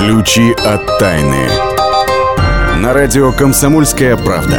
Ключи от тайны. На радио «Комсомольская правда».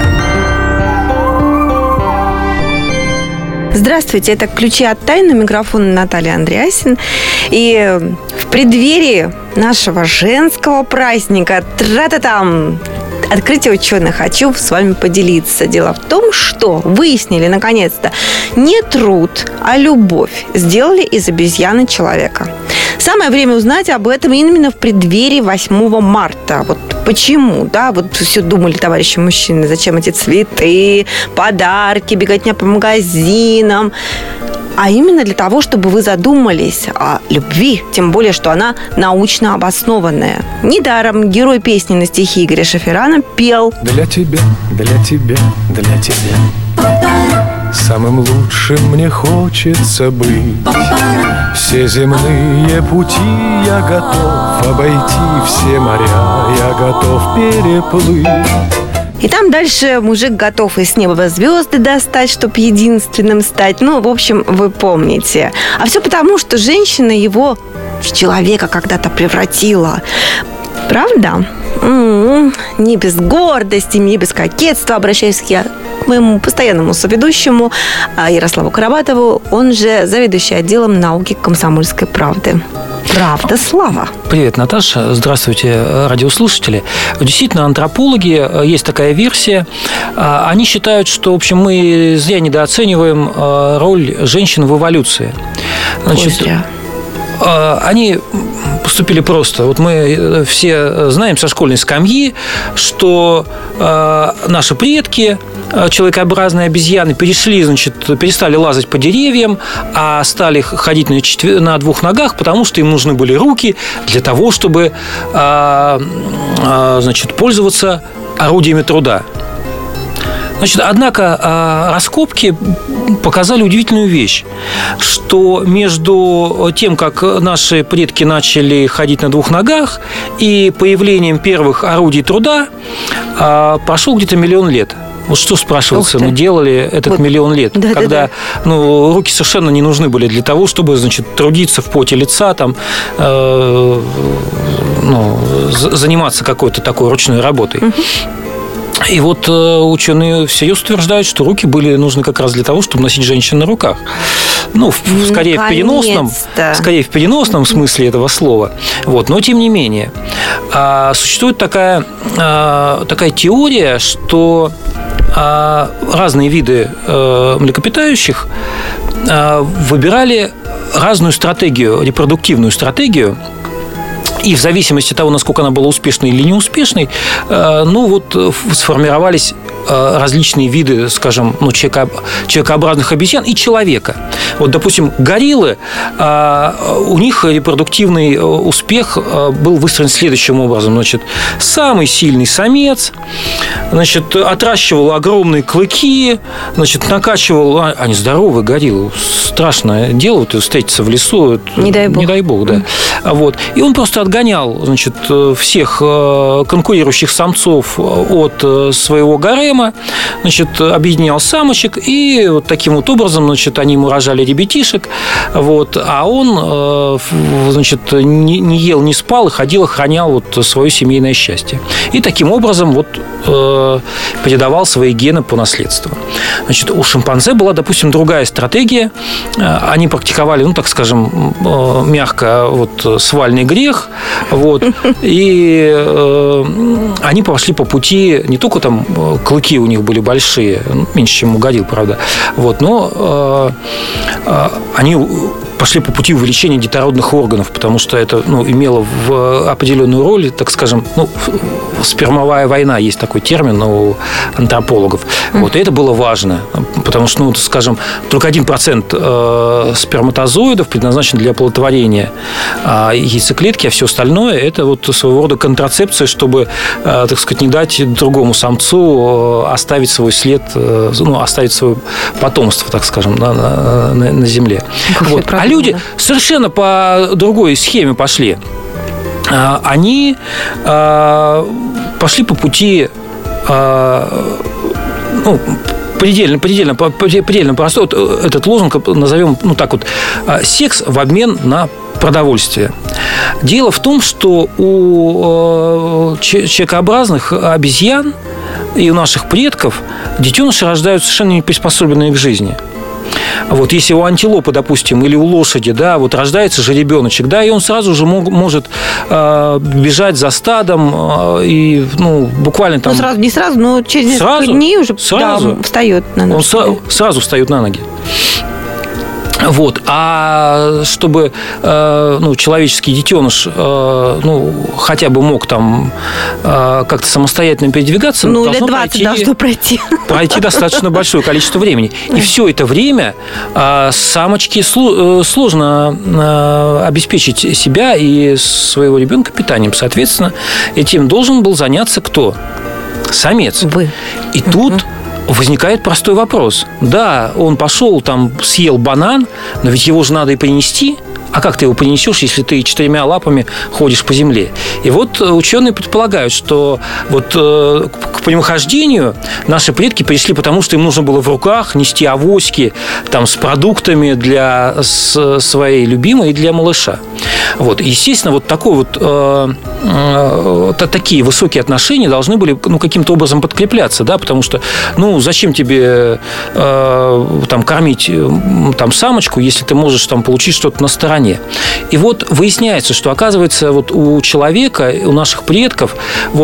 Здравствуйте, это «Ключи от тайны», микрофон Наталья Андреасин. И в преддверии нашего женского праздника тра-та-там, открытие ученых, хочу с вами поделиться. Дело в том, что выяснили, наконец-то, не труд, а любовь сделали из обезьяны человека. Самое время узнать об этом именно в преддверии 8 марта. Вот почему, да, вот все думали, товарищи мужчины, зачем эти цветы, подарки, беготня по магазинам. А именно для того, чтобы вы задумались о любви, тем более, что она научно обоснованная. Недаром герой песни на стихи Игоря Шеферана пел: для тебя, для тебя, для тебя самым лучшим мне хочется быть. Все земные пути я готов обойти, все моря я готов переплыть. И там дальше мужик готов из неба звезды достать, чтобы единственным стать. Ну, в общем, вы помните. А все потому, что женщина его в человека когда-то превратила. Правда? Не без гордости, не без кокетства. Обращаюсь я к моему постоянному соведущему Ярославу Карабатову, он же заведующий отделом науки «Комсомольской правды». Правда, Слава. Привет, Наташа. Здравствуйте, радиослушатели. Действительно, антропологи, есть такая версия. Они считают, что, в общем, мы зря недооцениваем роль женщин в эволюции. Значит, они поступили просто. Вот мы все знаем со школьной скамьи, что наши предки, человекообразные обезьяны, перестали лазать по деревьям, а стали ходить на двух ногах, потому что им нужны были руки для того, чтобы пользоваться орудиями труда. Однако раскопки показали удивительную вещь, что между тем, как наши предки начали ходить на двух ногах, и появлением первых орудий труда прошел где-то 1 миллион лет. Вот что, спрашивается, мы делали этот 1 миллион лет, когда руки совершенно не нужны были для того, чтобы, трудиться в поте лица, заниматься какой-то такой ручной работой. И вот ученые всерьез утверждают, что руки были нужны как раз для того, чтобы носить женщин на руках. Скорее в переносном смысле этого слова. Вот. Но тем не менее, существует такая теория, что разные виды млекопитающих выбирали разную стратегию, репродуктивную стратегию. И в зависимости от того, насколько она была успешной или неуспешной, сформировались различные виды, скажем, человекообразных обезьян и человека. Вот, допустим, гориллы, у них репродуктивный успех был выстроен следующим образом. Самый сильный самец, отращивал огромные клыки, накачивал... Они здоровые гориллы. Страшное дело, встретиться в лесу. Не дай бог, да. Вот. И он просто отгонял, всех конкурирующих самцов от своего гарема, объединял самочек, и вот таким вот образом, они ему рожали ребятишек, вот, а он, не ел, не спал и ходил, охранял свое семейное счастье. И таким образом передавал свои гены по наследству. У шимпанзе была, допустим, другая стратегия. Они практиковали, мягко, свальный грех, вот, и они пошли по пути, не только клыки у них были большие, меньше, чем у горилл, правда, вот, но они пошли по пути увеличения детородных органов, потому что это имело в определенную роль, спермовая война, есть такой термин у антропологов. Вот, и это было важно, потому что, только 1% сперматозоидов предназначен для оплодотворения яйцеклетки, а все остальное – это своего рода контрацепция, чтобы, не дать другому самцу оставить свой след, оставить свое потомство, на земле. Вот. А люди совершенно по другой схеме пошли. Они пошли по пути предельно простой. Этот лозунг назовем секс в обмен на продовольствие. Дело в том, что у человекообразных обезьян и у наших предков детеныши рождаются совершенно не приспособленные к жизни. Вот если у антилопы, допустим, или у лошади, да, вот рождается же ребеночек, да, и он сразу же может бежать за стадом и, буквально там... Не сразу, но через несколько дней уже встает на ноги. Он сразу встает на ноги. Вот. А чтобы человеческий детеныш хотя бы мог там как-то самостоятельно передвигаться, лет 20 должно пройти достаточно большое количество времени. И все это время самочке сложно обеспечить себя и своего ребенка питанием. Соответственно, этим должен был заняться кто? Самец. Вы. И тут возникает простой вопрос. Да, он пошел, там, съел банан, но ведь его же надо и принести. А как ты его принесешь, если ты 4 лапами ходишь по земле? И вот ученые предполагают, что вот к прямохождению наши предки пришли, потому что им нужно было в руках нести авоськи там, с продуктами для своей любимой и для малыша. Вот. Естественно, вот такие высокие отношения должны были каким-то образом подкрепляться, да, потому что, зачем тебе там, кормить там, самочку, если ты можешь там, получить что-то на стороне. И вот выясняется, что, оказывается, вот у человека, у наших предков,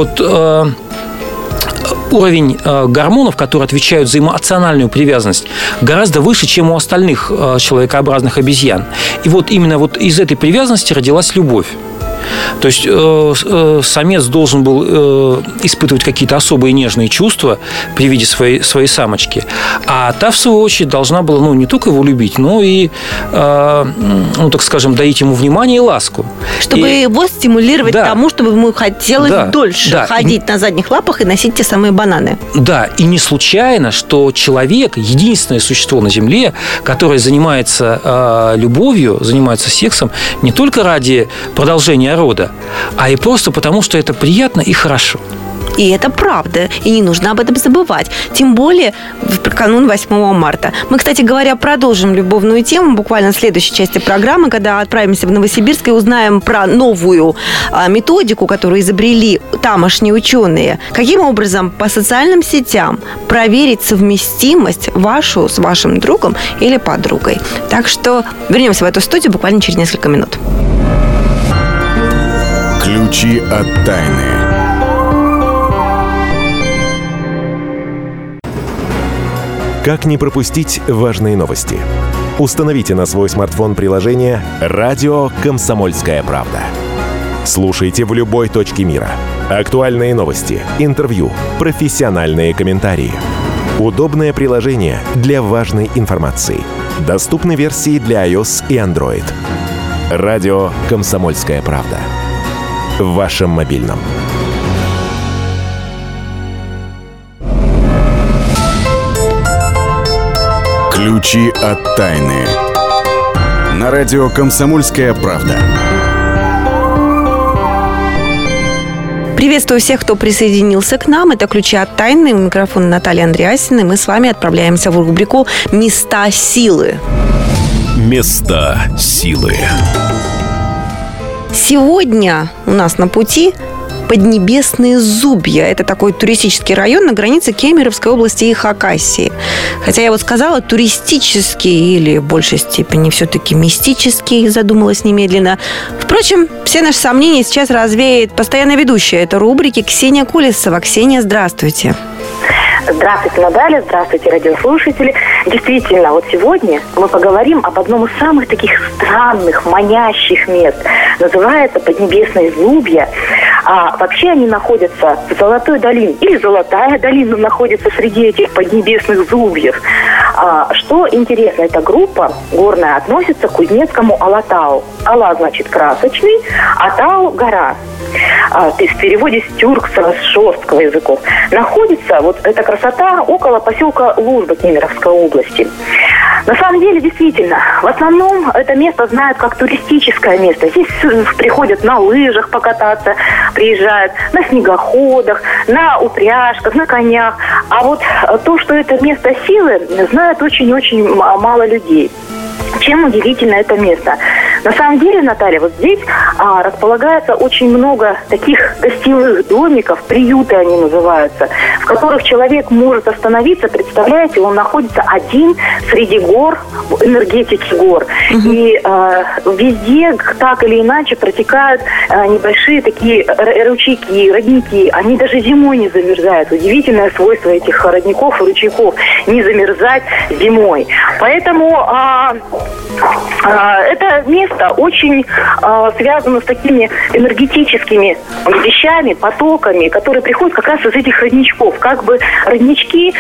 уровень гормонов, которые отвечают за эмоциональную привязанность, гораздо выше, чем у остальных человекообразных обезьян. И вот именно вот из этой привязанности родилась любовь. То есть самец должен был испытывать какие-то особые нежные чувства при виде своей самочки, а та, в свою очередь, должна была не только его любить, но и, так скажем, дарить ему внимание и ласку. Чтобы его стимулировать к тому, чтобы ему хотелось дольше ходить на задних лапах и носить те самые бананы. Да, и не случайно, что человек – единственное существо на Земле, которое занимается любовью, занимается сексом не только ради продолжения рода, а и просто потому, что это приятно и хорошо. И это правда, и не нужно об этом забывать. Тем более в канун 8 марта. Мы, кстати говоря, продолжим любовную тему буквально в следующей части программы, когда отправимся в Новосибирск и узнаем про новую методику, которую изобрели тамошние ученые. Каким образом по социальным сетям проверить совместимость вашу с вашим другом или подругой. Так что вернемся в эту студию буквально через несколько минут. Ключи от тайны. Как не пропустить важные новости? Установите на свой смартфон приложение «Радио Комсомольская правда». Слушайте в любой точке мира. Актуальные новости, интервью, профессиональные комментарии. Удобное приложение для важной информации. Доступны версии для iOS и Android. «Радио Комсомольская правда». В вашем мобильном. Ключи от тайны. На радио «Комсомольская правда». Приветствую всех, кто присоединился к нам. Это «Ключи от тайны». У микрофона Наталья Андреасина. И мы с вами отправляемся в рубрику «Места силы». Места силы. Сегодня у нас на пути Поднебесные Зубья. Это такой туристический район на границе Кемеровской области и Хакасии. Хотя я вот сказала туристический или в большей степени все-таки мистический, задумалась немедленно. Впрочем, все наши сомнения сейчас развеет постоянно ведущая этой рубрики Ксения Колесова. Ксения, здравствуйте. Здравствуйте, Наталья, здравствуйте, радиослушатели. Действительно, вот сегодня мы поговорим об одном из самых таких странных, манящих мест. Называется Поднебесные Зубья. А вообще они находятся в Золотой долине. Или Золотая долина находится среди этих Поднебесных Зубьев. Что интересно, эта группа горная относится к Кузнецкому Алатау. Ала значит красочный, а Тау – гора. В переводе с тюркского, с шосткого языков. Находится вот эта красота около поселка Лужба Кемеровской области. На самом деле, действительно, в основном это место знают как туристическое место. Здесь приходят на лыжах покататься, приезжают на снегоходах, на упряжках, на конях. А вот то, что это место силы, знают очень-очень мало людей. Чем удивительно это место? На самом деле, Наталья, вот здесь располагается очень много таких гостевых домиков, приюты они называются, в которых человек может остановиться, представляете, он находится один среди гор, энергетики гор. И везде так или иначе протекают небольшие такие ручейки, родники. Они даже зимой не замерзают. Удивительное свойство этих родников и ручейков – не замерзать зимой. Поэтому это место очень связано с такими энергетическими вещами, потоками, которые приходят как раз из этих родничков. Как бы роднички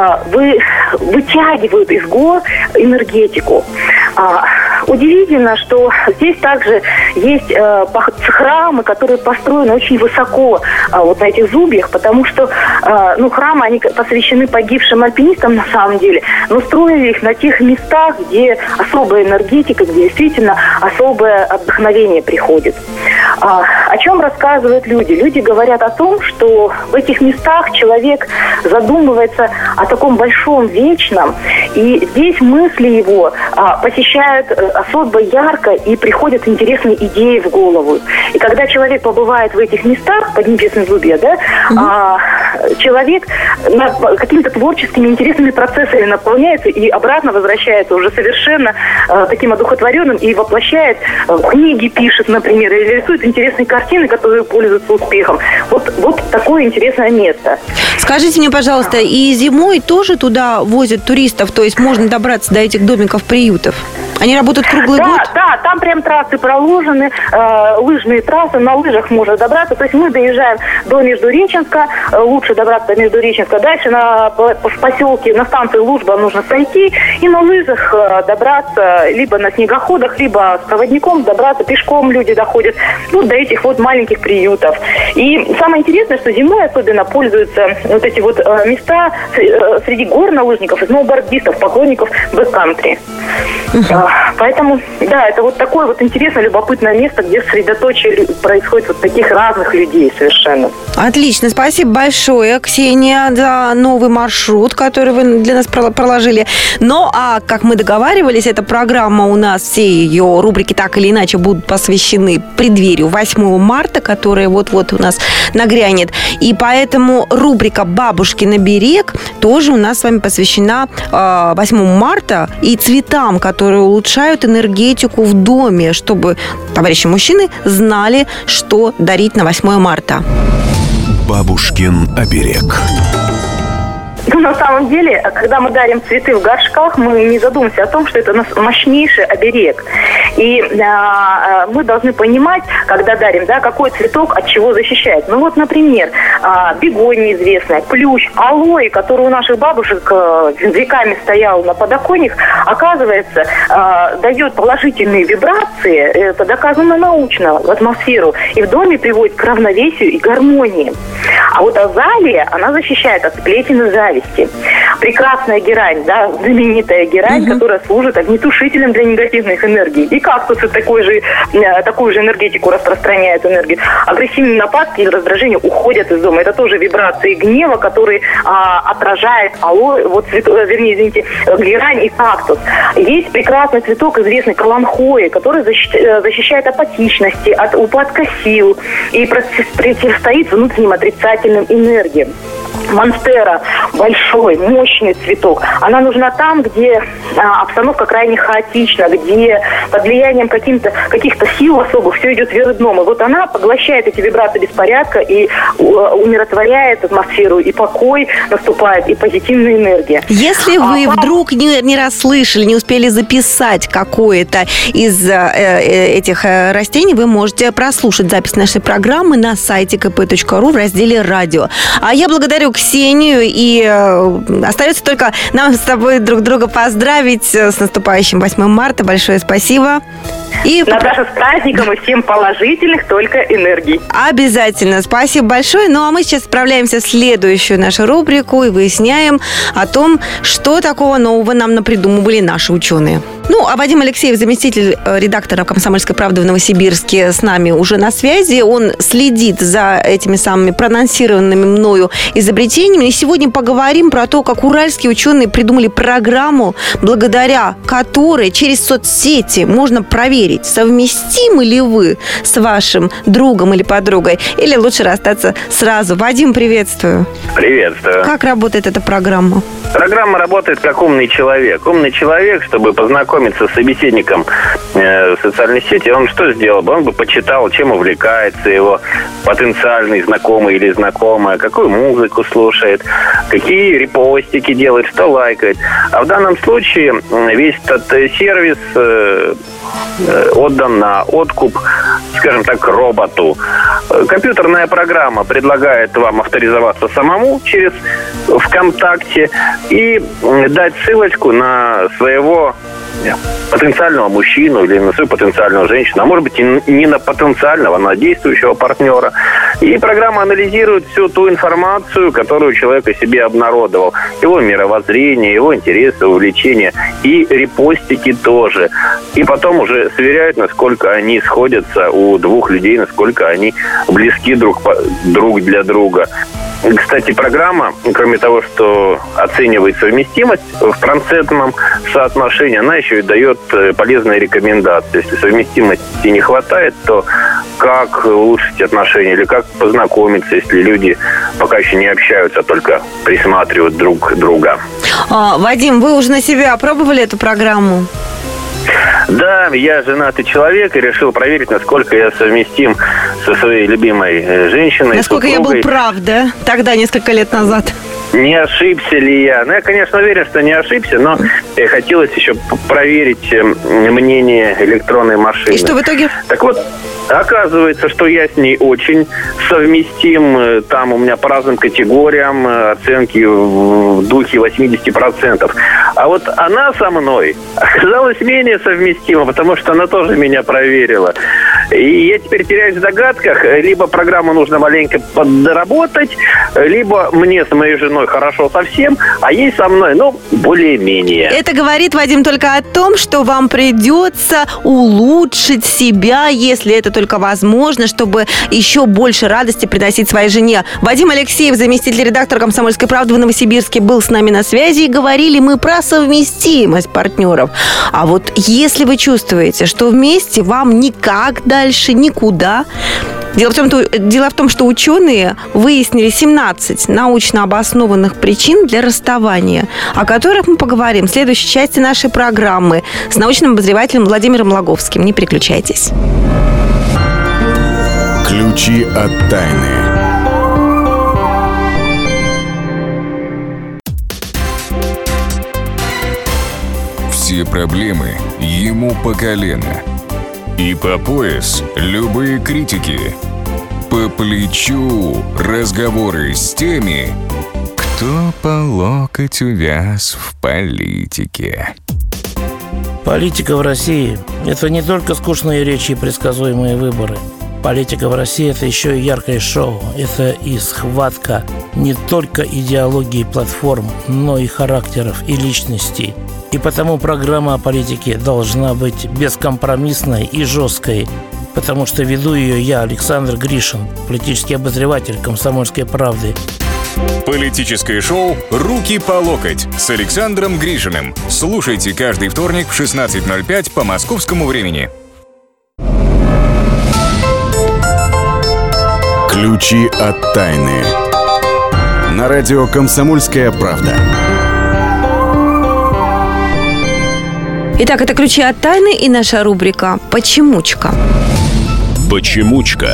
вытягивают из гор энергетику. Удивительно, что здесь также есть храмы, которые построены очень высоко вот на этих зубьях, потому что храмы, они посвящены погибшим альпинистам на самом деле, но строили их на тех местах, где особая энергетика, где действительно особое вдохновение приходит. О чем рассказывают люди? Люди говорят о том, что в этих местах человек задумывается о таком большом, вечном, и здесь мысли его посещают особо ярко и приходят интересные идеи в голову. И когда человек побывает в этих местах, Поднебесной зубья, человек какими-то творческими интересными процессами наполняется и обратно возвращается уже совершенно таким одухотворенным и воплощает, книги пишет, например, или рисует интересные картины, которые пользуются успехом. Вот такое интересное место. Скажите мне, пожалуйста, и зимой тоже туда возят туристов, то есть можно добраться до этих домиков-приютов? Они работают круглый год? Да, там прям трассы проложены, лыжные трассы, на лыжах можно добраться. То есть мы доезжаем до Междуреченска, лучше добраться до Междуреченска. Дальше в поселке, на станции Лужба нужно сойти и на лыжах добраться, либо на снегоходах, либо с проводником добраться, пешком люди доходят до этих вот маленьких приютов. И самое интересное, что зимой особенно пользуются вот эти вот места среди горнолыжников и сноубордистов, поклонников бэккантри. Поэтому, да, это вот такое вот интересное, любопытное место, где средоточие происходит вот таких разных людей совершенно. Отлично, спасибо большое, Ксения, за новый маршрут, который вы для нас проложили. Но, как мы договаривались, эта программа у нас, все ее рубрики так или иначе будут посвящены преддверию 8 марта, которая вот-вот у нас нагрянет. И поэтому рубрика «Бабушкин оберег» тоже у нас с вами посвящена 8 марта и цветам, которые улучшают энергетику в доме, чтобы товарищи мужчины знали, что дарить на 8 марта. Бабушкин оберег. На самом деле, когда мы дарим цветы в горшках, мы не задумываемся о том, что это мощнейший оберег. И мы должны понимать, когда дарим, какой цветок от чего защищает. Например, бегония известная, плющ, алоэ, который у наших бабушек веками стоял на подоконник, оказывается, дает положительные вибрации, это доказано научно, в атмосферу, и в доме приводит к равновесию и гармонии. А вот азалия, она защищает от сплетен и зависти. Прекрасная герань, знаменитая герань, которая служит огнетушителем для негативных энергий. И кактусы такую же энергетику распространяют, энергию. Агрессивные нападки и раздражения уходят из дома. Это тоже вибрации гнева, которые отражает алоэ, герань и кактус. Есть прекрасный цветок, известный каланхоэ, который защищает апатичности, от упадка сил и противостоит внутренним отрицательным энергиям. Монстера, большой, мощный цветок. Она нужна там, где обстановка крайне хаотична, где под влиянием каких-то сил особых все идет вверх дном. И вот она поглощает эти вибрации беспорядка и умиротворяет атмосферу, и покой наступает, и позитивная энергия. Если вы вдруг не расслышали, не успели записать какое-то из этих растений, вы можете прослушать запись нашей программы на сайте kp.ru в разделе «Радио». А я благодарю Ксению, и остается только нам с тобой друг друга поздравить с наступающим 8 марта. Большое спасибо. И Наташа, с праздником, и всем положительных только энергий. Обязательно. Спасибо большое. Ну, а мы сейчас отправляемся в следующую нашу рубрику и выясняем о том, что такого нового нам напридумывали наши ученые. Ну, а Вадим Алексеев, заместитель редактора «Комсомольской правды» в Новосибирске, с нами уже на связи. Он следит за этими самыми проанонсированными мною изобретениями. И сегодня поговорим про то, как уральские ученые придумали программу, благодаря которой через соцсети можно проверить проверить, совместимы ли вы с вашим другом или подругой, или лучше расстаться сразу. Вадим, приветствую. Приветствую. Как работает эта программа? Программа работает как умный человек. Умный человек, чтобы познакомиться с собеседником в социальной сети, он что сделал бы? Он бы почитал, чем увлекается его потенциальный знакомый или знакомая, какую музыку слушает, какие репостики делает, что лайкает. А в данном случае весь этот сервис отдан на откуп, скажем так, роботу. Компьютерная программа предлагает вам авторизоваться самому через ВКонтакте и дать ссылочку на своего потенциального мужчину или на свою потенциальную женщину, а может быть и не на потенциального, а на действующего партнера. И программа анализирует всю ту информацию, которую человек о себе обнародовал. Его мировоззрение, его интересы, увлечения. И репостики тоже. И потом уже сверяют, насколько они сходятся у двух людей, насколько они близки друг для друга. Кстати, программа, кроме того, что оценивает совместимость в процентном соотношении, она еще и дает полезные рекомендации. Если совместимости не хватает, то как улучшить отношения или как познакомиться, если люди пока еще не общаются, а только присматривают друг друга. Вадим, вы уже на себя пробовали эту программу? Да, я женатый человек и решил проверить, насколько я совместим со своей любимой женщиной. Насколько я был прав, да? Тогда, несколько лет назад. Не ошибся ли я? Ну, я, конечно, уверен, что не ошибся, но хотелось еще проверить мнение электронной машины. И что в итоге? Так вот, оказывается, что я с ней очень совместим. Там у меня по разным категориям оценки в духе 80%. А вот она со мной оказалась менее совместима, потому что она тоже меня проверила. И я теперь теряюсь в догадках. Либо программу нужно маленько подработать, либо мне с моей женой хорошо совсем, а ей со мной, более-менее. Это говорит, Вадим, только о том, что вам придется улучшить себя, если это только возможно, чтобы еще больше радости приносить своей жене. Вадим Алексеев, заместитель редактора «Комсомольской правды» в Новосибирске, был с нами на связи, и говорили мы про совместимость партнеров. А вот если вы чувствуете, что вместе вам никак дальше, никуда... Дело в том, что ученые выяснили 17 научно обоснованных причин для расставания, о которых мы поговорим в следующей части нашей программы с научным обозревателем Владимиром Логовским. Не переключайтесь. Ключи от тайны. Все проблемы ему по колено. И по пояс любые критики. По плечу разговоры с теми, кто по локоть увяз в политике. Политика в России – это не только скучные речи и предсказуемые выборы. Политика в России – это еще и яркое шоу. Это и схватка не только идеологии платформ, но и характеров и личностей. И потому программа о политике должна быть бескомпромиссной и жесткой, потому что веду ее я, Александр Гришин, политический обозреватель «Комсомольской правды». Политическое шоу «Руки по локоть» с Александром Гришиным. Слушайте каждый вторник в 16:05 по московскому времени. Ключи от тайны. На радио «Комсомольская правда». Итак, это «Ключи от тайны» и наша рубрика «Почемучка». Почемучка.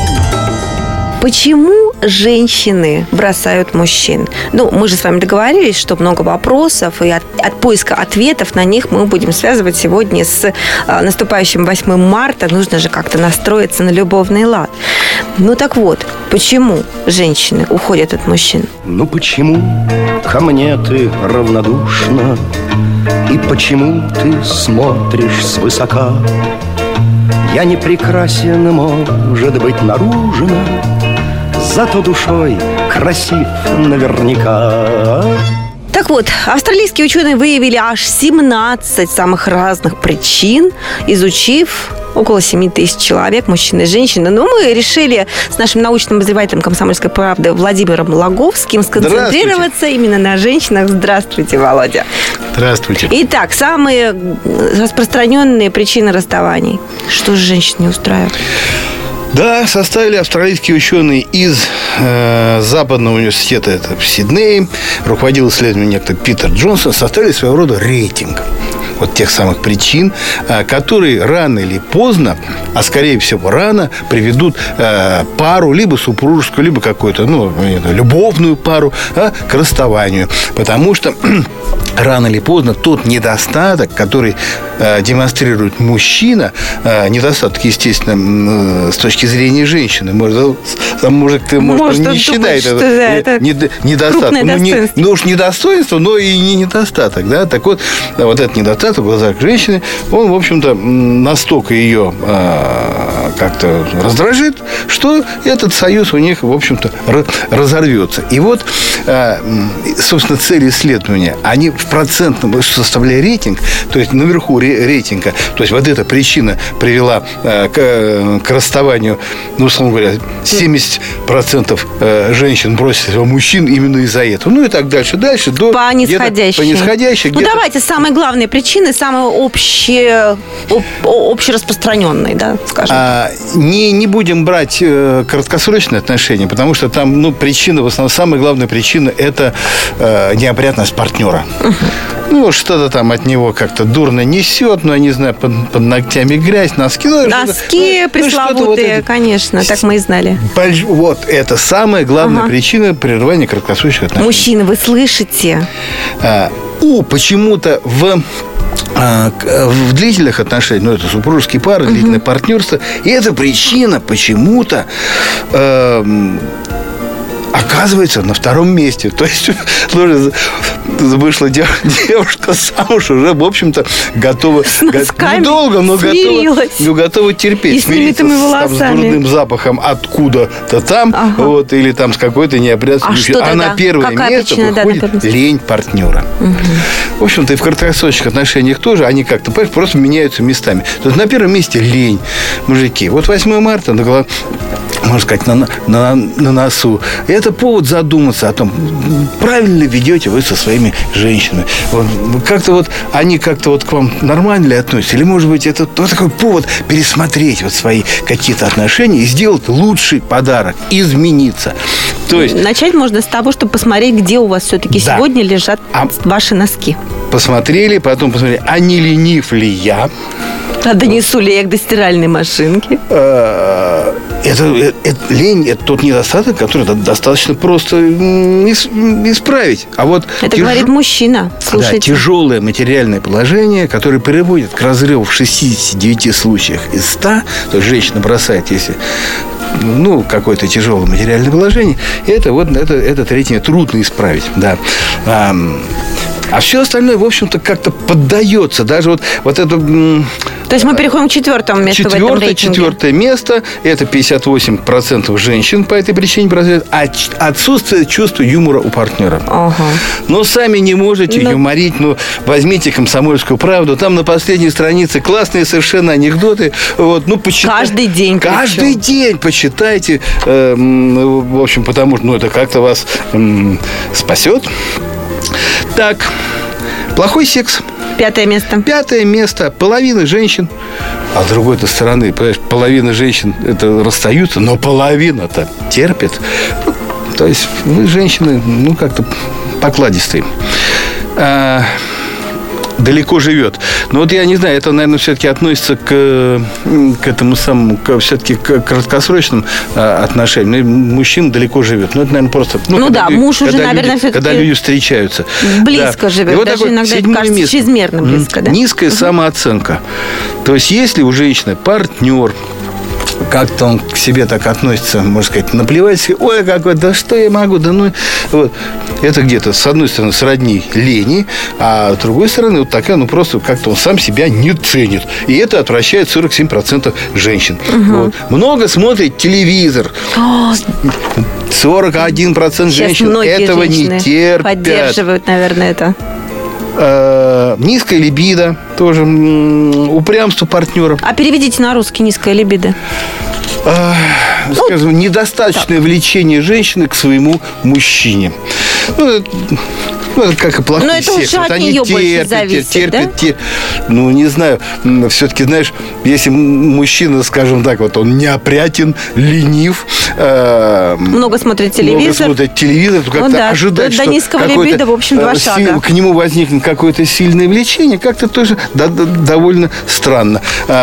Почему женщины бросают мужчин? Мы же с вами договорились, что много вопросов, и от поиска ответов на них мы будем связывать сегодня с наступающим 8 марта. Нужно же как-то настроиться на любовный лад. Так вот, почему женщины уходят от мужчин? Почему ко мне ты равнодушна? И почему ты смотришь свысока? Я не прекрасен, может быть, наружно, зато душой красив наверняка. Так вот, австралийские ученые выявили аж 17 самых разных причин, изучив около 7 тысяч человек, мужчины и женщины. Но мы решили с нашим научным обозревателем «Комсомольской правды» Владимиром Логовским сконцентрироваться именно на женщинах. Здравствуйте, Володя. Здравствуйте. Итак, самые распространенные причины расставаний. Что же женщин не устраивает? Да, составили австралийские ученые из Западного университета, это в Сиднее, руководил исследованием некто Питер Джонсон, составили своего рода рейтинг вот тех самых причин, которые рано или поздно, а скорее всего рано, приведут пару, либо супружескую, либо какую-то, любовную пару к расставанию. Потому что рано или поздно тот недостаток, который демонстрирует мужчина, недостаток, естественно, с точки зрения женщины, может, не считает это недостатком. Уж недостоинство, но и не недостаток. Да? Так вот, этот недостаток в глазах женщины, он, в общем-то, настолько ее как-то раздражит, что этот союз у них, в общем-то, разорвется. И вот, собственно, цели исследования, они в процентном, составляя рейтинг, то есть наверху рейтинга, то есть вот эта причина привела к расставанию, условно говоря, 70% женщин бросили мужчин именно из-за этого. И так дальше. По нисходящей. Давайте самые главные причины, самые общераспространенные, да, скажем. Не будем брать краткосрочные отношения, потому что там, причина, в основном, самая главная причина – это неопрятность партнера. Что-то там от него как-то дурно несет, я не знаю, под ногтями грязь, носки. Носки пресловутые, конечно, так мы и знали. Вот это самая главная причина прерывания краткосрочных отношений. Мужчины, вы слышите? Почему-то в длительных отношениях, это супружеские пары, длительное партнерство, и эта причина почему-то оказывается на втором месте. То есть вышла девушка замуж, уже, в общем-то, готова недолго, но готова терпеть. И с немытыми волосами. С дурным запахом откуда-то там, или там с какой-то неопрятностью. А на первое место выходит лень партнера. В общем-то, и в краткосрочных отношениях тоже они как-то, просто меняются местами. То есть на первом месте лень, мужики. Вот 8 марта, можно сказать, на носу. И это повод задуматься о том, правильно ли ведете вы со своими женщинами. Как-то они как-то к вам нормально ли относятся? Или, может быть, это такой повод пересмотреть свои какие-то отношения и сделать лучший подарок, измениться. То есть... Начать можно с того, чтобы посмотреть, где у вас все-таки сегодня лежат ваши носки. Посмотрели, потом посмотрели, а не ленив ли я? А донесу ли я их до стиральной машинки? Лень – это тот недостаток, который достаточно просто исправить. Это говорит мужчина. Слушайте. Да, тяжелое материальное положение, которое приводит к разрыву в 69 случаях из 100, то есть женщина бросает, если какое-то тяжелое материальное положение, это третье трудно исправить. Да. А все остальное, в общем-то, как-то поддается. Даже это... То есть мы переходим к 4-му месту в этом рейтинге. 4-е место. Это 58% женщин по этой причине бросают. А отсутствие чувства юмора у партнера. Но сами не можете юморить. Возьмите «Комсомольскую правду». Там на последней странице классные совершенно анекдоты. Каждый день. Каждый день почитайте. В общем, потому что это как-то вас спасет. Так, плохой секс. 5-е место. 5-е место. Половина женщин. А с другой стороны, понимаешь, половина женщин это расстаются, но половина-то терпит. То есть вы, женщины, как-то покладистые. Далеко живет. Но я не знаю, это, наверное, все-таки относится к этому самому, все-таки к краткосрочным отношениям. Мужчина далеко живет. Это, наверное, просто... муж уже, наверное, все-таки... Когда люди встречаются. Близко живет. Даже иногда это кажется чрезмерно близко. Да? Низкая самооценка. То есть, если у женщины партнер, как-то он к себе так относится, можно сказать, наплевать, ой, какой, да что я могу, Это где-то, с одной стороны, сродни лени, а с другой стороны, такая, просто как-то он сам себя не ценит. И это отвращает 47% женщин. Много смотрит телевизор. 41% женщин этого не терпят. Поддерживают, наверное, это. Низкая либидо, тоже упрямство партнера. А переведите на русский низкая либидо. Скажем, недостаточное влечение женщины к своему мужчине. Это как и плохой секс. Но это уже от нее больше зависит, да? Ну, не знаю. Все-таки, знаешь, если мужчина, скажем так, вот он неопрятен, ленив, много смотрит телевизор, то как-то ожидать, до низкого либидо, в общем, 2 шага. К нему возникнет какое-то сильное влечение, как-то тоже довольно странно.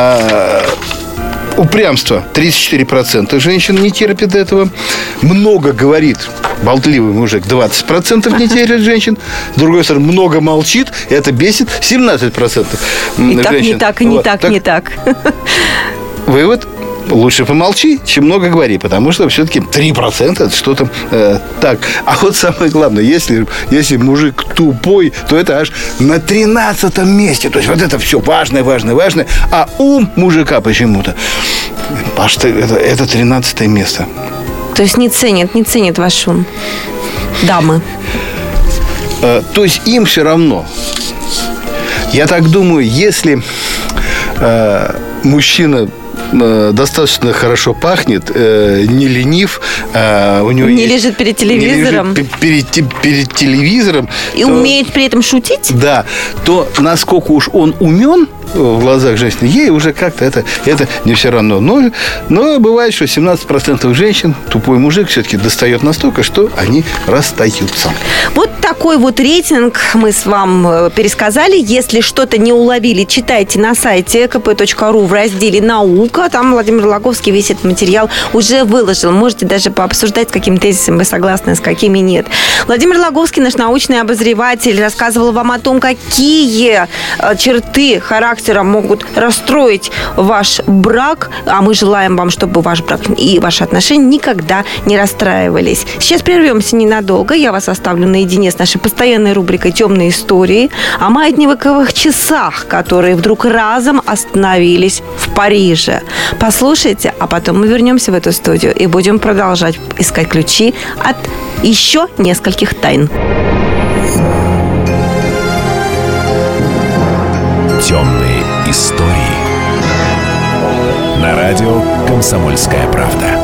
Упрямство. 34% женщин не терпит этого. Много говорит болтливый мужик. 20% не терпит женщин. С другой стороны, много молчит. Это бесит 17% и женщин. Не так. Вывод. Лучше помолчи, чем много говори, потому что все-таки 3% это что-то так. А вот самое главное, если мужик тупой, то это аж на 13-м месте. То есть вот это все важное. А ум мужика почему-то аж это 13-е место. То есть не ценит ваш ум дамы. То есть им все равно. Я так думаю, если мужчина достаточно хорошо пахнет, не ленив, у него не лежит перед телевизором, перед телевизором и то, умеет при этом шутить, да, то насколько уж он умен в глазах женщины, ей уже как-то это не все равно. Но бывает, что 17% женщин тупой мужик все-таки достает настолько, что они расстаются. Вот такой вот рейтинг мы с вами пересказали. Если что-то не уловили, читайте на сайте kp.ru в разделе «Наука». Там Владимир Логовский весь этот материал уже выложил. Можете даже пообсуждать, с каким тезисом вы согласны, с какими нет. Владимир Логовский, наш научный обозреватель, рассказывал вам о том, какие черты характера могут расстроить ваш брак. А мы желаем вам, чтобы ваш брак и ваши отношения никогда не расстраивались. Сейчас прервемся ненадолго. Я вас оставлю наедине с нашей постоянной рубрикой «Темные истории» о маятниковых часах, которые вдруг разом остановились в Париже. Послушайте, а потом мы вернемся в эту студию и будем продолжать искать ключи от еще нескольких тайн. «Темные истории» на радио «Комсомольская правда».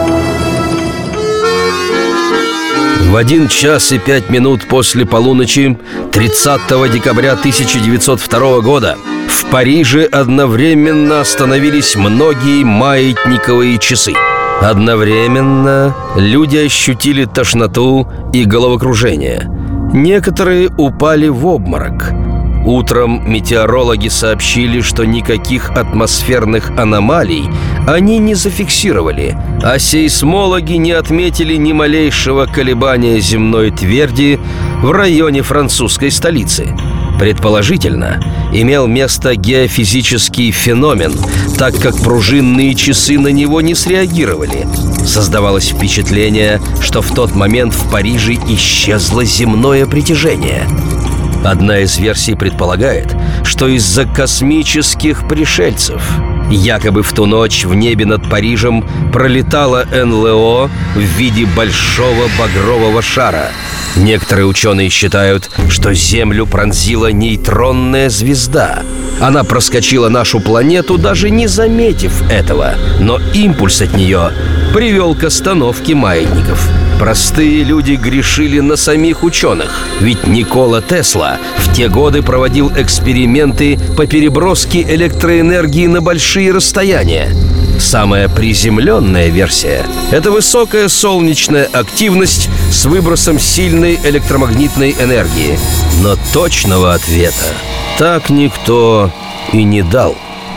В 1 час и 5 минут после полуночи 30 декабря 1902 года в Париже одновременно остановились многие маятниковые часы. Одновременно люди ощутили тошноту и головокружение. Некоторые упали в обморок. Утром метеорологи сообщили, что никаких атмосферных аномалий они не зафиксировали, а сейсмологи не отметили ни малейшего колебания земной тверди в районе французской столицы. Предположительно, имел место геофизический феномен, так как пружинные часы на него не среагировали. Создавалось впечатление, что в тот момент в Париже исчезло земное притяжение. Одна из версий предполагает, что из-за космических пришельцев. Якобы в ту ночь в небе над Парижем пролетало НЛО в виде большого багрового шара. Некоторые ученые считают, что Землю пронзила нейтронная звезда. Она проскочила нашу планету, даже не заметив этого, но импульс от нее привел к остановке маятников. Простые люди грешили на самих ученых, ведь Никола Тесла в те годы проводил эксперименты по переброске электроэнергии на большие расстояния. Самая приземленная версия – это высокая солнечная активность с выбросом сильной электромагнитной энергии. Но точного ответа так никто и не дал.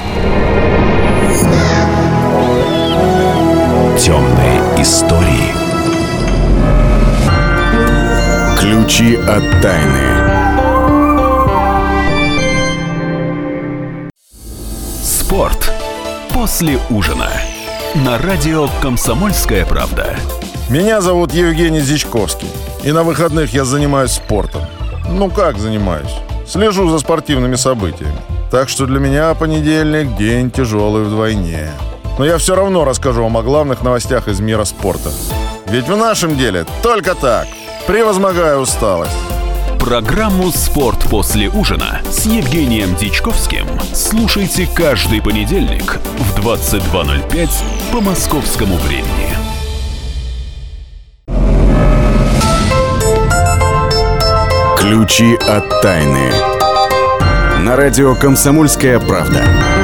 Темные истории. Ключи от тайны. Спорт после ужина на радио «Комсомольская правда». Меня зовут Евгений Зичковский, и на выходных я занимаюсь спортом. Ну как занимаюсь? Слежу за спортивными событиями. Так что для меня понедельник – день тяжелый вдвойне. Но я все равно расскажу вам о главных новостях из мира спорта. Ведь в нашем деле только так, превозмогая усталость. Программу «Спорт после ужина с Евгением Дичковским слушайте каждый понедельник в 22:05 по московскому времени. Ключи от тайны. На радио «Комсомольская правда».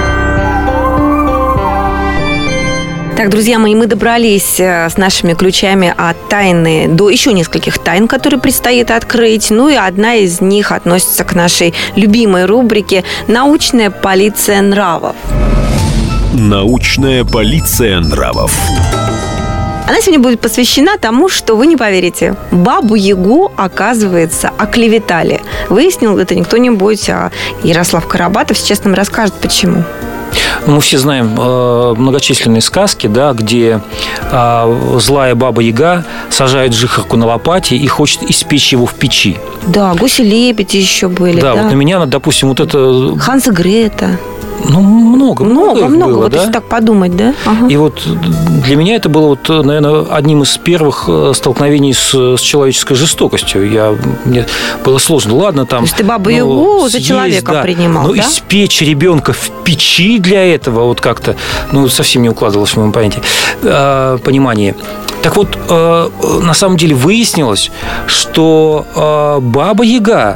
Так, друзья мои, мы добрались с нашими ключами от тайны до еще нескольких тайн, которые предстоит открыть. Ну и одна из них относится к нашей любимой рубрике «Научная полиция нравов». Научная полиция нравов. Она сегодня будет посвящена тому, что вы не поверите. Бабу-Ягу, оказывается, оклеветали. Выяснил это не кто-нибудь, а Ярослав Карабатов сейчас нам расскажет, почему. Мы все знаем многочисленные сказки, да, где злая баба-яга сажает жихарку на лопате и хочет испечь его в печи. Да, гуси-лебеди еще были. Да, вот на меня, допустим, вот это... Ханс и Грета. Ну, много было, вот да? если так подумать, да? Ага. И вот для меня это было, вот, наверное, одним из первых столкновений с человеческой жестокостью. Мне было сложно. Ладно, там... То есть ты бабу-ягу за человека принимал, но да? испечь ребенка в печи для этого вот как-то, совсем не укладывалось в моем понимании. Так вот, на самом деле выяснилось, что Баба-Яга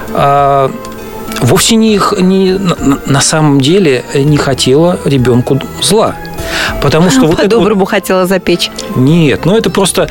вовсе на самом деле не хотела ребенку зла. Потому что по-доброму хотела запечь. Нет, это просто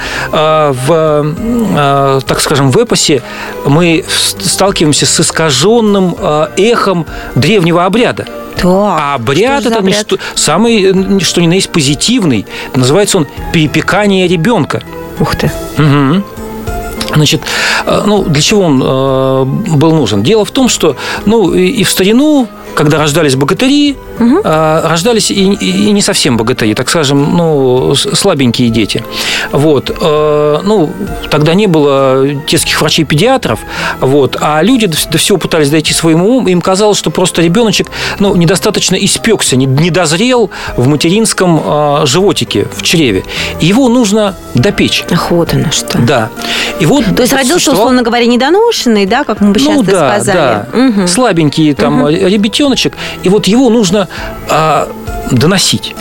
так скажем, в эпосе мы сталкиваемся с искаженным эхом древнего обряда. А обряд это самый, что ни на есть, позитивный. Называется он перепекание ребенка. Ух ты. Угу. Значит, для чего он был нужен? Дело в том, что и в старину, когда рождались богатыри, рождались и не совсем богатыри, так скажем, слабенькие дети. Вот. Тогда не было детских врачей-педиатров, а люди до всего пытались дойти своим умом, им казалось, что просто ребеночек недостаточно испекся, не дозрел в материнском животике, в чреве. И его нужно допечь. Ах, вот оно что. Да. И вот то есть родился, условно говоря, недоношенный, да, как мы бы сейчас сказали. Да. Угу. Слабенький ребятеночек, и вот его нужно доносить.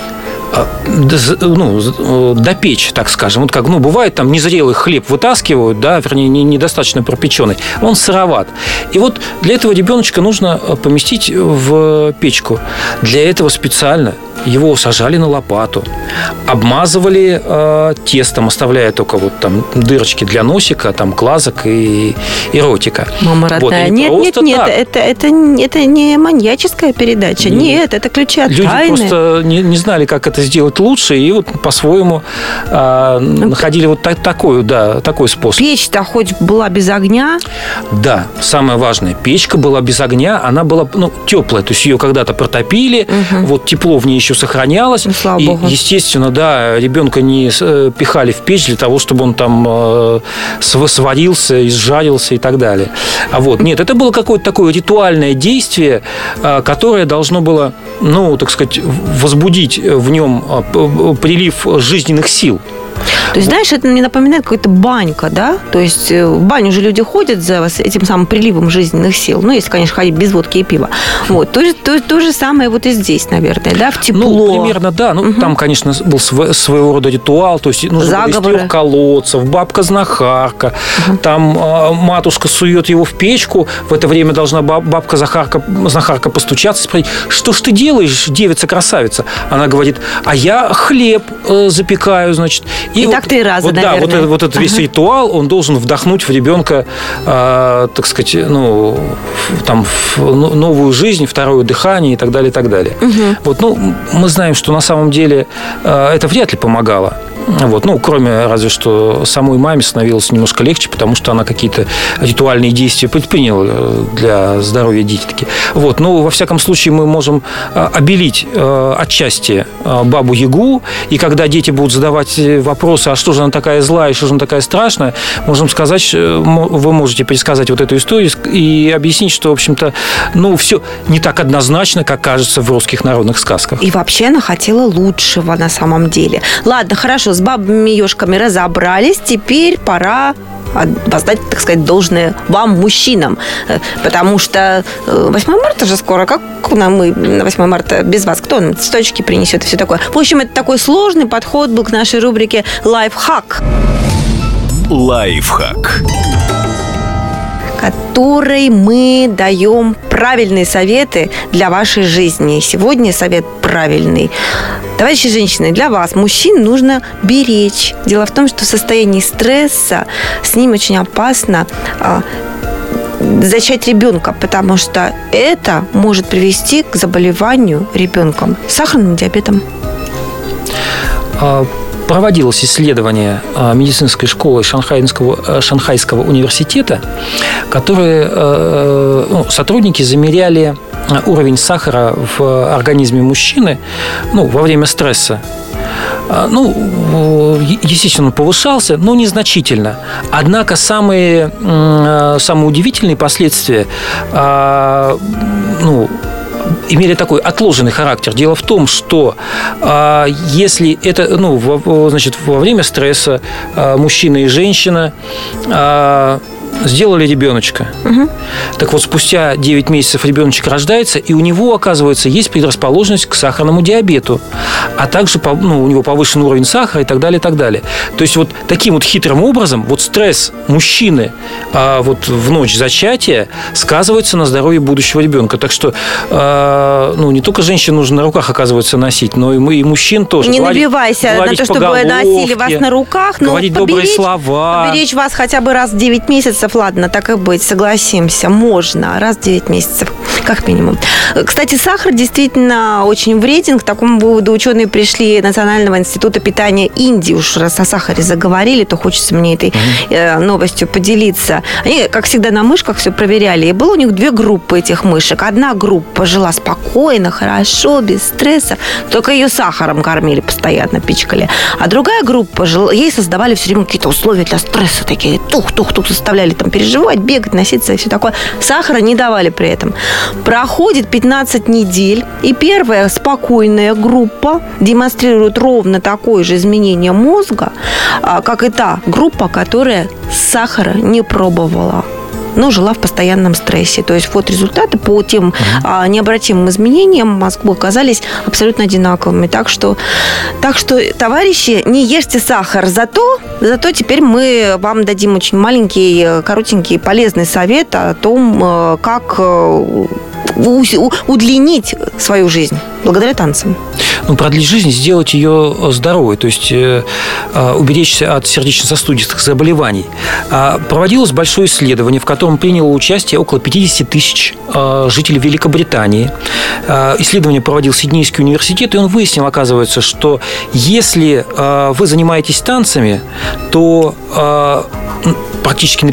Допечь, так скажем. Вот как, бывает, там незрелый хлеб вытаскивают, да, вернее, недостаточно пропеченный, он сыроват. И вот для этого ребеночка нужно поместить в печку. Для этого специально его сажали на лопату, обмазывали тестом, оставляя только вот там дырочки для носика, там глазок и ротика. Мама родная, нет, это не маньяческая передача, нет, это ключи от тайны. Люди просто не знали, как это сделать лучше, и вот по-своему находили вот такой способ. Печь-то хоть была без огня? Да, самое важное, печка была без огня, она была теплая, то есть ее когда-то протопили, вот тепло в ней еще сохранялось, и, естественно, да, ребенка не пихали в печь для того, чтобы он там сварился, изжарился и так далее. Нет, это было какое-то такое ритуальное действие, которое должно было, так сказать, возбудить в нем прилив жизненных сил. То есть, знаешь, это мне напоминает какая-то банька, да? То есть в баню же люди ходят за этим самым приливом жизненных сил. Если, конечно, ходить без водки и пива. Вот. То же самое вот и здесь, наверное, да? В тепло. Примерно, да. Там, конечно, был своего рода ритуал. То есть нужно было из 3 колодцев, бабка-знахарка. Там матушка сует его в печку. В это время должна бабка-знахарка постучаться и спросить: что ж ты делаешь, девица-красавица? Она говорит: а я хлеб запекаю, значит. И так 3 раза, наверное. Да, вот этот весь ритуал, он должен вдохнуть в ребенка, так сказать, новую жизнь, второе дыхание и так далее, и так далее. Мы знаем, что на самом деле это вряд ли помогало. Кроме разве что самой маме становилось немножко легче, потому что она какие-то ритуальные действия предприняла для здоровья дитятки. Во всяком случае, мы можем обелить отчасти Бабу-Ягу, и когда дети будут задавать вопросы: а что же она такая злая, и что же она такая страшная, можем сказать, вы можете пересказать вот эту историю и объяснить, что, в общем-то, все не так однозначно, как кажется в русских народных сказках. И вообще она хотела лучшего на самом деле. Ладно, хорошо, с бабами-ежками разобрались, теперь пора воздать, так сказать, должное вам, мужчинам. Потому что 8 марта же скоро. Как мы на 8 марта без вас? Кто нам цветочки принесет и все такое? В общем, это такой сложный подход был к нашей рубрике «Лайфхак». Лайфхак. Которой мы даем правильные советы для вашей жизни. Сегодня совет правильный. Товарищи женщины, для вас, мужчин, нужно беречь. Дело в том, что в состоянии стресса с ним очень опасно зачать ребенка, потому что это может привести к заболеванию ребенком сахарным диабетом. Проводилось исследование медицинской школы Шанхайского университета, которые сотрудники замеряли уровень сахара в организме мужчины во время стресса. Естественно, он повышался, но незначительно. Однако самые удивительные последствия имели такой отложенный характер. Дело в том, что если это, во время стресса мужчина и женщина сделали ребеночка. Угу. Так вот, спустя 9 месяцев ребеночек рождается, и у него, оказывается, есть предрасположенность к сахарному диабету, а также у него повышен уровень сахара и так далее, и так далее. То есть, вот таким вот хитрым образом стресс мужчины в ночь зачатия сказывается на здоровье будущего ребенка. Так что не только женщин нужно на руках, оказывается, носить, но и мужчин тоже. Не набивайся на то, чтобы носили вас на руках, но говорить добрые слова. Поберечь вас хотя бы раз в 9 месяцев, ладно, так и быть, согласимся, можно, раз в 9 месяцев, как минимум. Кстати, сахар действительно очень вреден. К такому выводу ученые пришли Национального института питания Индии. Уж раз о сахаре заговорили, то хочется мне этой новостью поделиться. Они, как всегда, на мышках все проверяли. И было у них 2 группы этих мышек. Одна группа жила спокойно, хорошо, без стресса, только ее сахаром кормили постоянно, пичкали. А другая группа, ей создавали все время какие-то условия для стресса, такие тух-тух-тух, заставляли там переживать, бегать, носиться и все такое. Сахара не давали при этом. Проходит 15 недель, и первая спокойная группа демонстрирует ровно такое же изменение мозга, как и та группа, которая сахара не пробовала, но жила в постоянном стрессе. То есть вот результаты по тем необратимым изменениям мозга оказались абсолютно одинаковыми. Так что, товарищи, не ешьте сахар. Зато теперь мы вам дадим очень маленький, коротенький, полезный совет о том, как удлинить свою жизнь благодаря танцам. Продлить жизнь, сделать ее здоровой, то есть уберечься от сердечно-сосудистых заболеваний. Проводилось большое исследование, в котором приняло участие около 50 тысяч жителей Великобритании. Исследование проводил Сиднейский университет, и он выяснил, оказывается, что если вы занимаетесь танцами, то практически на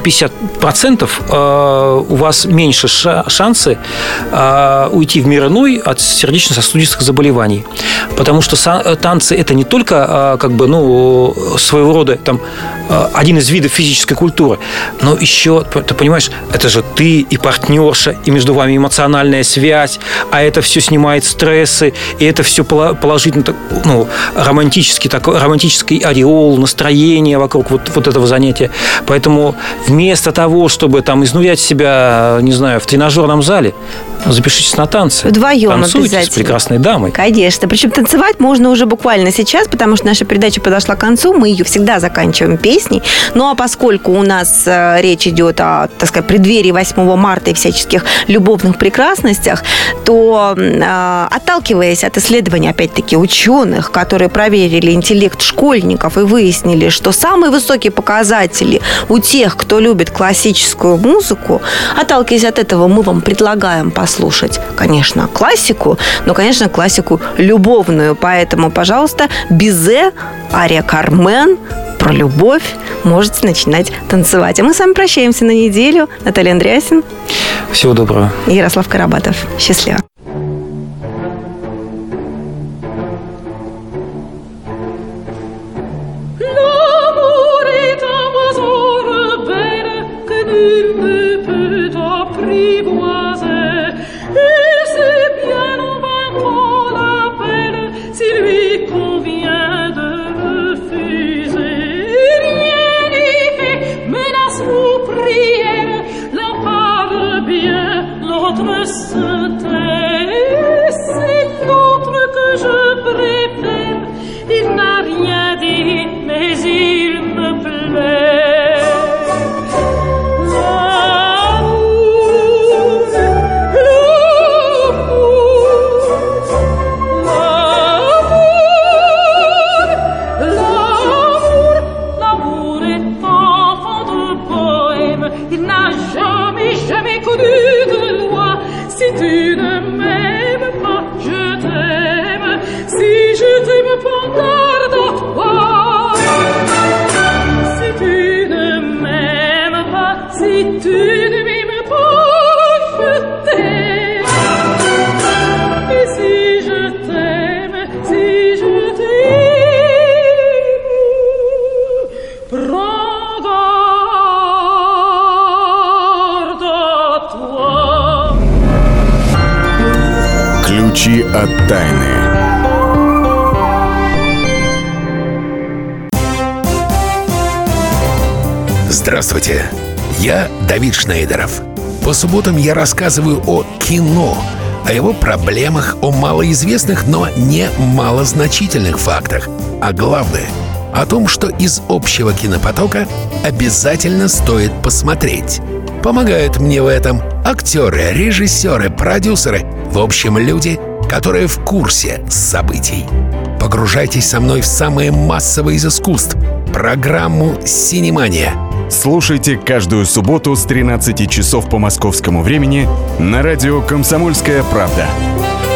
50% у вас меньше шансы уйти в мир иной от сердечно-сосудистых заболеваний. Потому что танцы – это не только своего рода один из видов физической культуры, но еще, ты понимаешь, это же ты и партнерша, и между вами эмоциональная связь, а это все снимает стрессы, и это все положительно, романтический ореол, настроение вокруг вот этого занятия. Поэтому вместо того, чтобы изнурять себя, не знаю, в тренажерном зале, запишитесь на танцы. Вдвоем танцуйте с прекрасной дамой. Конечно. Причем танцевать можно уже буквально сейчас, потому что наша передача подошла к концу. Мы ее всегда заканчиваем песней. Ну, а поскольку у нас речь идет о, так сказать, преддверии 8 марта и всяческих любовных прекрасностях, то, отталкиваясь от исследований, опять-таки, ученых, которые проверили интеллект школьников и выяснили, что самые высокие показатели у тех, кто любит классическую музыку, отталкиваясь от этого, мы вам предлагаем послушать, конечно, классику, но, конечно, классику любовную. Поэтому, пожалуйста, Бизе, ария «Кармен», про любовь, можете начинать танцевать. А мы с вами прощаемся на неделю. Наталья Андреасин. Всего доброго. И Ярослав Карабатов. Счастливо. Menace tu ne m'aimes pas, je t'aime. Si je t'aime, prends garde à toi. Si tu ne m'aimes pas, si tu ne m'aimes pas, je t'aime. Et si je t'aime, prends garde à toi. Ключи от тайны. Здравствуйте, я Давид Шнейдеров. По субботам я рассказываю о кино, о его проблемах, о малоизвестных, но не малозначительных фактах. А главное, о том, что из общего кинопотока обязательно стоит посмотреть. Помогают мне в этом актеры, режиссеры, продюсеры, в общем, люди, которые в курсе событий. Погружайтесь со мной в самое массовое из искусств — программу «Синемания». Слушайте каждую субботу с 13 часов по московскому времени на радио «Комсомольская правда».